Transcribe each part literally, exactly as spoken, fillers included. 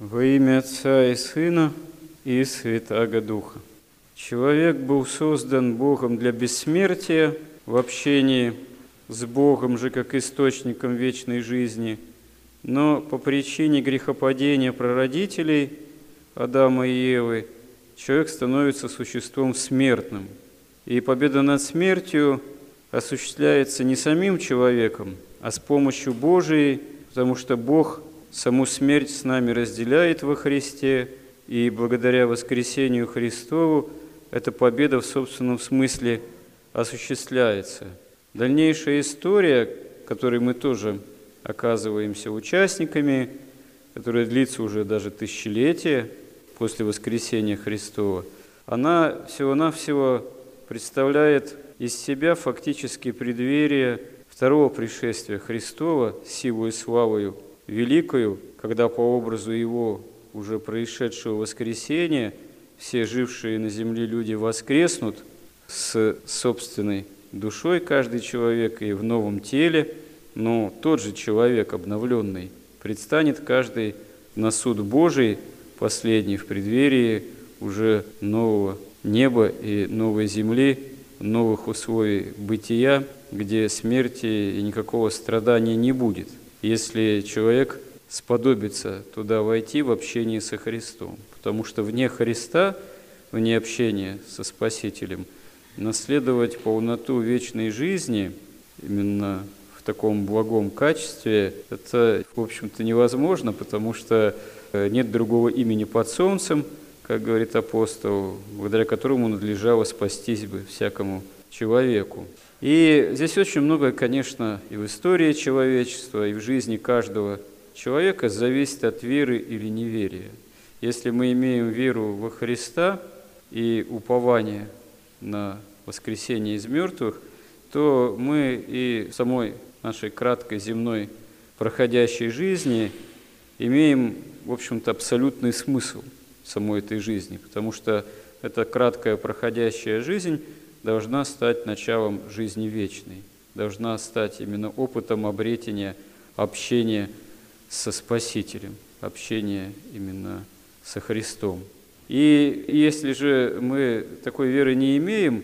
Во имя Отца и Сына и Святаго Духа. Человек был создан Богом для бессмертия в общении с Богом же как источником вечной жизни, но по причине грехопадения прародителей Адама и Евы человек становится существом смертным. И победа над смертью осуществляется не самим человеком, а с помощью Божией, потому что Бог саму смерть с нами разделяет во Христе, и благодаря воскресению Христову эта победа в собственном смысле осуществляется. Дальнейшая история, которой мы тоже оказываемся участниками, которая длится уже даже тысячелетия после воскресения Христова, она всего-навсего представляет из себя фактически преддверие второго пришествия Христова силой и славою великою, когда по образу Его уже происшедшего воскресения все жившие на земле люди воскреснут с собственной душой, каждый человек, и в новом теле, но тот же человек обновленный предстанет каждый на суд Божий последний в преддверии уже нового неба и новой земли, новых условий бытия, где смерти и никакого страдания не будет, если человек сподобится туда войти в общении со Христом. Потому что вне Христа, вне общения со Спасителем, наследовать полноту вечной жизни именно в таком благом качестве, это, в общем-то, невозможно, потому что нет другого имени под солнцем, как говорит апостол, благодаря которому надлежало спастись бы всякому человеку. И здесь очень многое, конечно, и в истории человечества, и в жизни каждого человека зависит от веры или неверия. Если мы имеем веру во Христа и упование на воскресение из мертвых, то мы и в самой нашей краткой земной проходящей жизни имеем, в общем-то, абсолютный смысл самой этой жизни, потому что эта краткая проходящая жизнь должна стать началом жизни вечной, должна стать именно опытом обретения, общения со Спасителем, общения именно со Христом. И если же мы такой веры не имеем,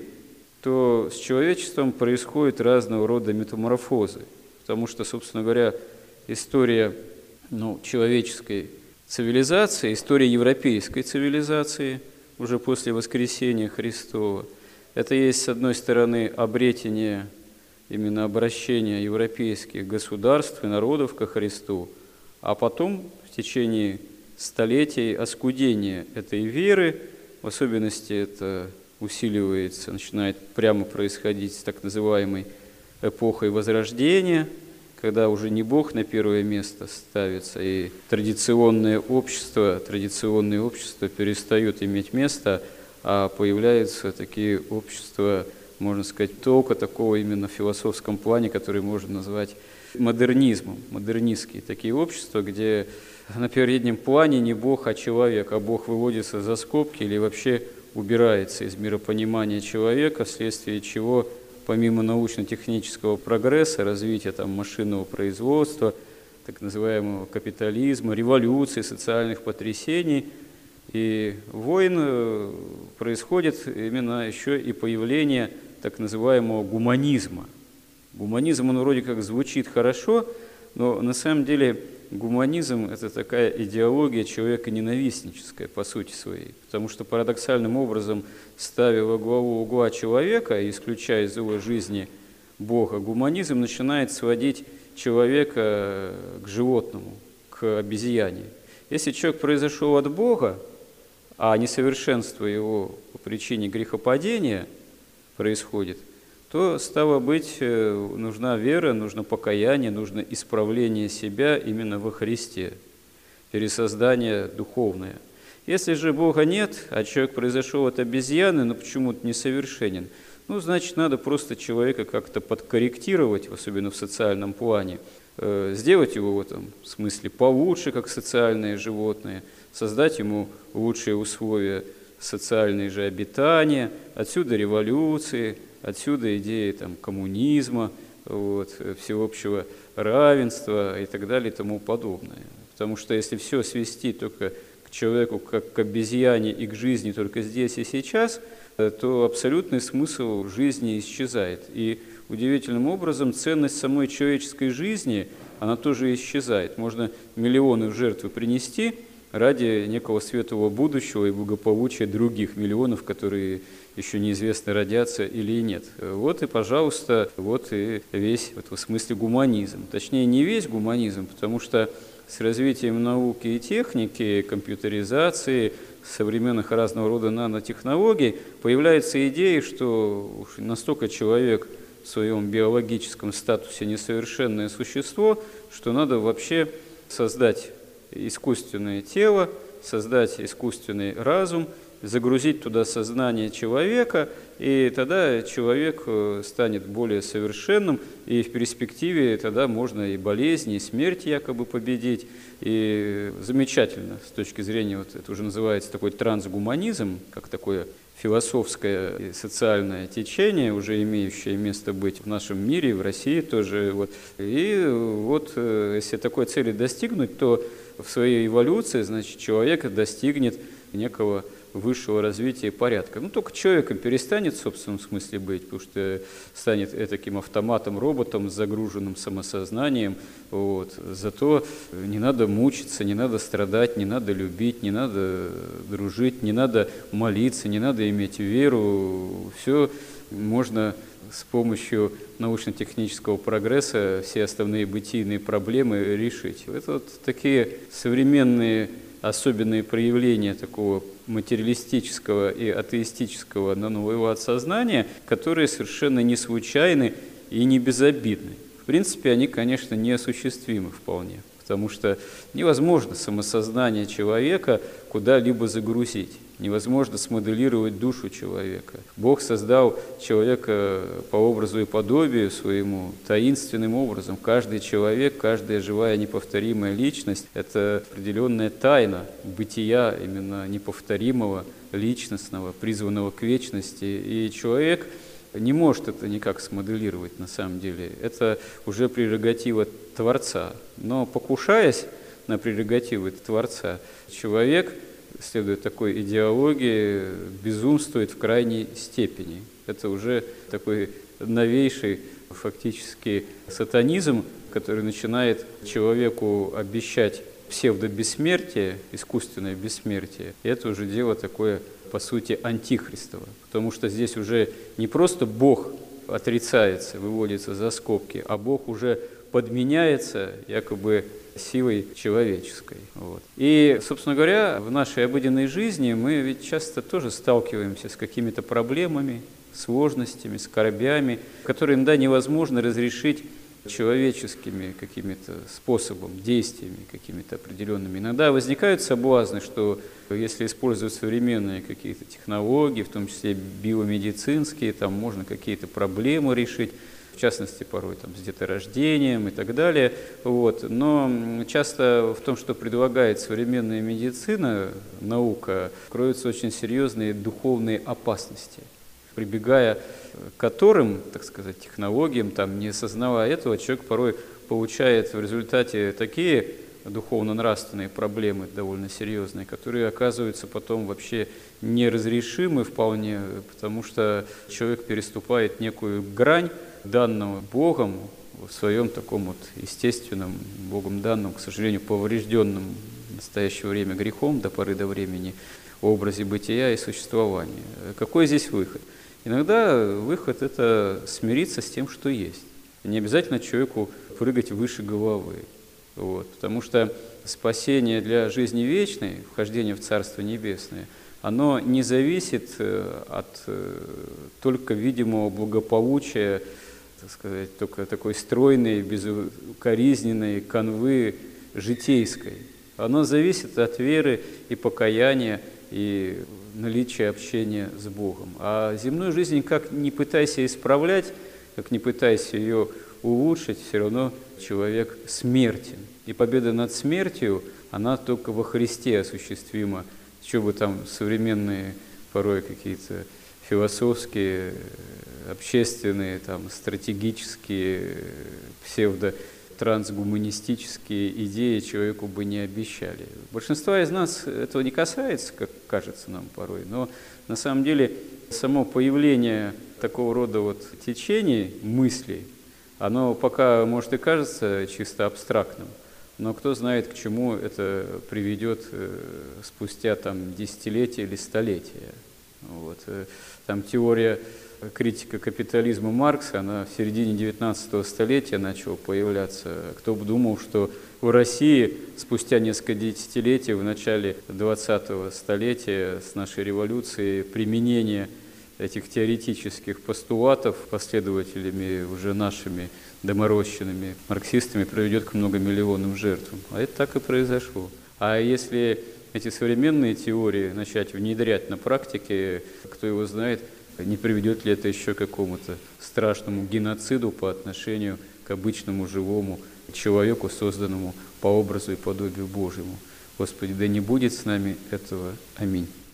то с человечеством происходят разного рода метаморфозы, потому что, собственно говоря, история ну, человеческой цивилизации, история европейской цивилизации уже после воскресения Христова, это есть, с одной стороны, обретение, именно обращение европейских государств и народов ко Христу, а потом в течение столетий оскудение этой веры, в особенности это усиливается, начинает прямо происходить с так называемой эпохой Возрождения, когда уже не Бог на первое место ставится, и традиционное общество, традиционные общества перестают иметь место, а появляются такие общества, можно сказать, только такого именно в философском плане, который можно назвать модернизмом, модернистские такие общества, где на переднем плане не Бог, а человек, а Бог выводится за скобки или вообще убирается из миропонимания человека, вследствие чего, помимо научно-технического прогресса, развития там, машинного производства, так называемого капитализма, революции, социальных потрясений и войн, происходит именно еще и появление так называемого гуманизма. Гуманизм, он вроде как звучит хорошо, но на самом деле гуманизм – это такая идеология человеконенавистническая по сути своей, потому что парадоксальным образом, ставя во главу угла человека и исключая из его жизни Бога, гуманизм начинает сводить человека к животному, к обезьяне. Если человек произошел от Бога, а несовершенство его по причине грехопадения происходит, то, стало быть, нужна вера, нужно покаяние, нужно исправление себя именно во Христе, пересоздание духовное. Если же Бога нет, а человек произошел от обезьяны, но почему-то несовершенен, ну, значит, надо просто человека как-то подкорректировать, особенно в социальном плане, сделать его в этом смысле получше, как социальное животное, создать ему лучшие условия социальные же обитания, отсюда революции, отсюда идеи там, коммунизма, вот, всеобщего равенства и так далее и тому подобное. Потому что если все свести только к человеку, как к обезьяне и к жизни только здесь и сейчас, то абсолютный смысл жизни исчезает. И удивительным образом ценность самой человеческой жизни, она тоже исчезает. Можно миллионы в жертву принести ради некого светлого будущего и благополучия других миллионов, которые еще неизвестно, родятся или нет. Вот и, пожалуйста, вот и весь в этом смысле гуманизм. Точнее, не весь гуманизм, потому что с развитием науки и техники, компьютеризации, современных разного рода нанотехнологий появляется идея, что уж настолько человек в своем биологическом статусе несовершенное существо, что надо вообще создать искусственное тело, создать искусственный разум, загрузить туда сознание человека, и тогда человек станет более совершенным, и в перспективе тогда можно и болезни, и смерть якобы победить. И замечательно с точки зрения, вот это уже называется такой трансгуманизм, как такое философское и социальное течение, уже имеющее место быть в нашем мире, в России тоже. Вот. И вот если такой цели достигнуть, то в своей эволюции, значит, человек достигнет некого высшего развития порядка. Ну, только человеком перестанет в собственном смысле быть, потому что станет таким автоматом, роботом с загруженным самосознанием. Вот. Зато не надо мучиться, не надо страдать, не надо любить, не надо дружить, не надо молиться, не надо иметь веру. Все можно с помощью научно-технического прогресса все основные бытийные проблемы решить. Это вот такие современные особенные проявления такого материалистического и атеистического нового сознания, которые совершенно не случайны и не безобидны. В принципе, они, конечно, неосуществимы вполне, потому что невозможно самосознание человека куда-либо загрузить. Невозможно смоделировать душу человека. Бог создал человека по образу и подобию своему таинственным образом. Каждый человек, каждая живая неповторимая личность – это определенная тайна бытия именно неповторимого, личностного, призванного к вечности. И человек не может это никак смоделировать на самом деле. Это уже прерогатива Творца. Но покушаясь на прерогативы Творца, человек, следуя такой идеологии, безумствует в крайней степени. Это уже такой новейший фактически сатанизм, который начинает человеку обещать псевдобессмертие, искусственное бессмертие. И это уже дело такое, по сути, антихристово. Потому что здесь уже не просто Бог отрицается, выводится за скобки, а Бог уже подменяется якобы силой человеческой. Вот. И, собственно говоря, в нашей обыденной жизни мы ведь часто тоже сталкиваемся с какими-то проблемами, сложностями, скорбями, которые иногда невозможно разрешить человеческими какими-то способами, действиями какими-то определенными. Иногда возникают соблазны, что если использовать современные какие-то технологии, в том числе биомедицинские, там можно какие-то проблемы решить, в частности, порой там, с деторождением и так далее. Вот. Но часто в том, что предлагает современная медицина, наука, кроются очень серьезные духовные опасности, прибегая к которым, так сказать, технологиям, там, не осознавая этого, человек порой получает в результате такие духовно-нравственные проблемы довольно серьезные, которые оказываются потом вообще неразрешимы вполне, потому что человек переступает некую грань, данного Богом в своем таком вот естественном, Богом данном, к сожалению, поврежденном в настоящее время грехом до поры до времени образе бытия и существования. Какой здесь выход? Иногда выход – это смириться с тем, что есть. Не обязательно человеку прыгать выше головы. Вот, потому что спасение для жизни вечной, вхождение в Царство Небесное, оно не зависит от только видимого благополучия, так сказать, только такой стройной, безукоризненной канвы житейской. Оно зависит от веры и покаяния, и наличия общения с Богом. А земную жизнь, как ни пытайся исправлять, как ни пытайся ее улучшить, все равно человек смертен. И победа над смертью, она только во Христе осуществима. Что бы там современные порой какие-то философские, общественные, там, стратегические, псевдо трансгуманистические идеи человеку бы не обещали. Большинство из нас этого не касается, как кажется нам порой, но на самом деле само появление такого рода вот течений, мыслей, оно пока, может, и кажется чисто абстрактным, но кто знает, к чему это приведет спустя там, десятилетия или столетия. Вот. Там теория критика капитализма Маркса, она в середине девятнадцатого столетия начала появляться. Кто бы думал, что в России спустя несколько десятилетий, в начале двадцатого столетия с нашей революцией, применение этих теоретических постулатов последователями уже нашими доморощенными марксистами приведет к многомиллионным жертвам. А это так и произошло. А если эти современные теории начать внедрять на практике, кто его знает, не приведет ли это еще к какому-то страшному геноциду по отношению к обычному живому человеку, созданному по образу и подобию Божьему. Господи, да не будет с нами этого. Аминь.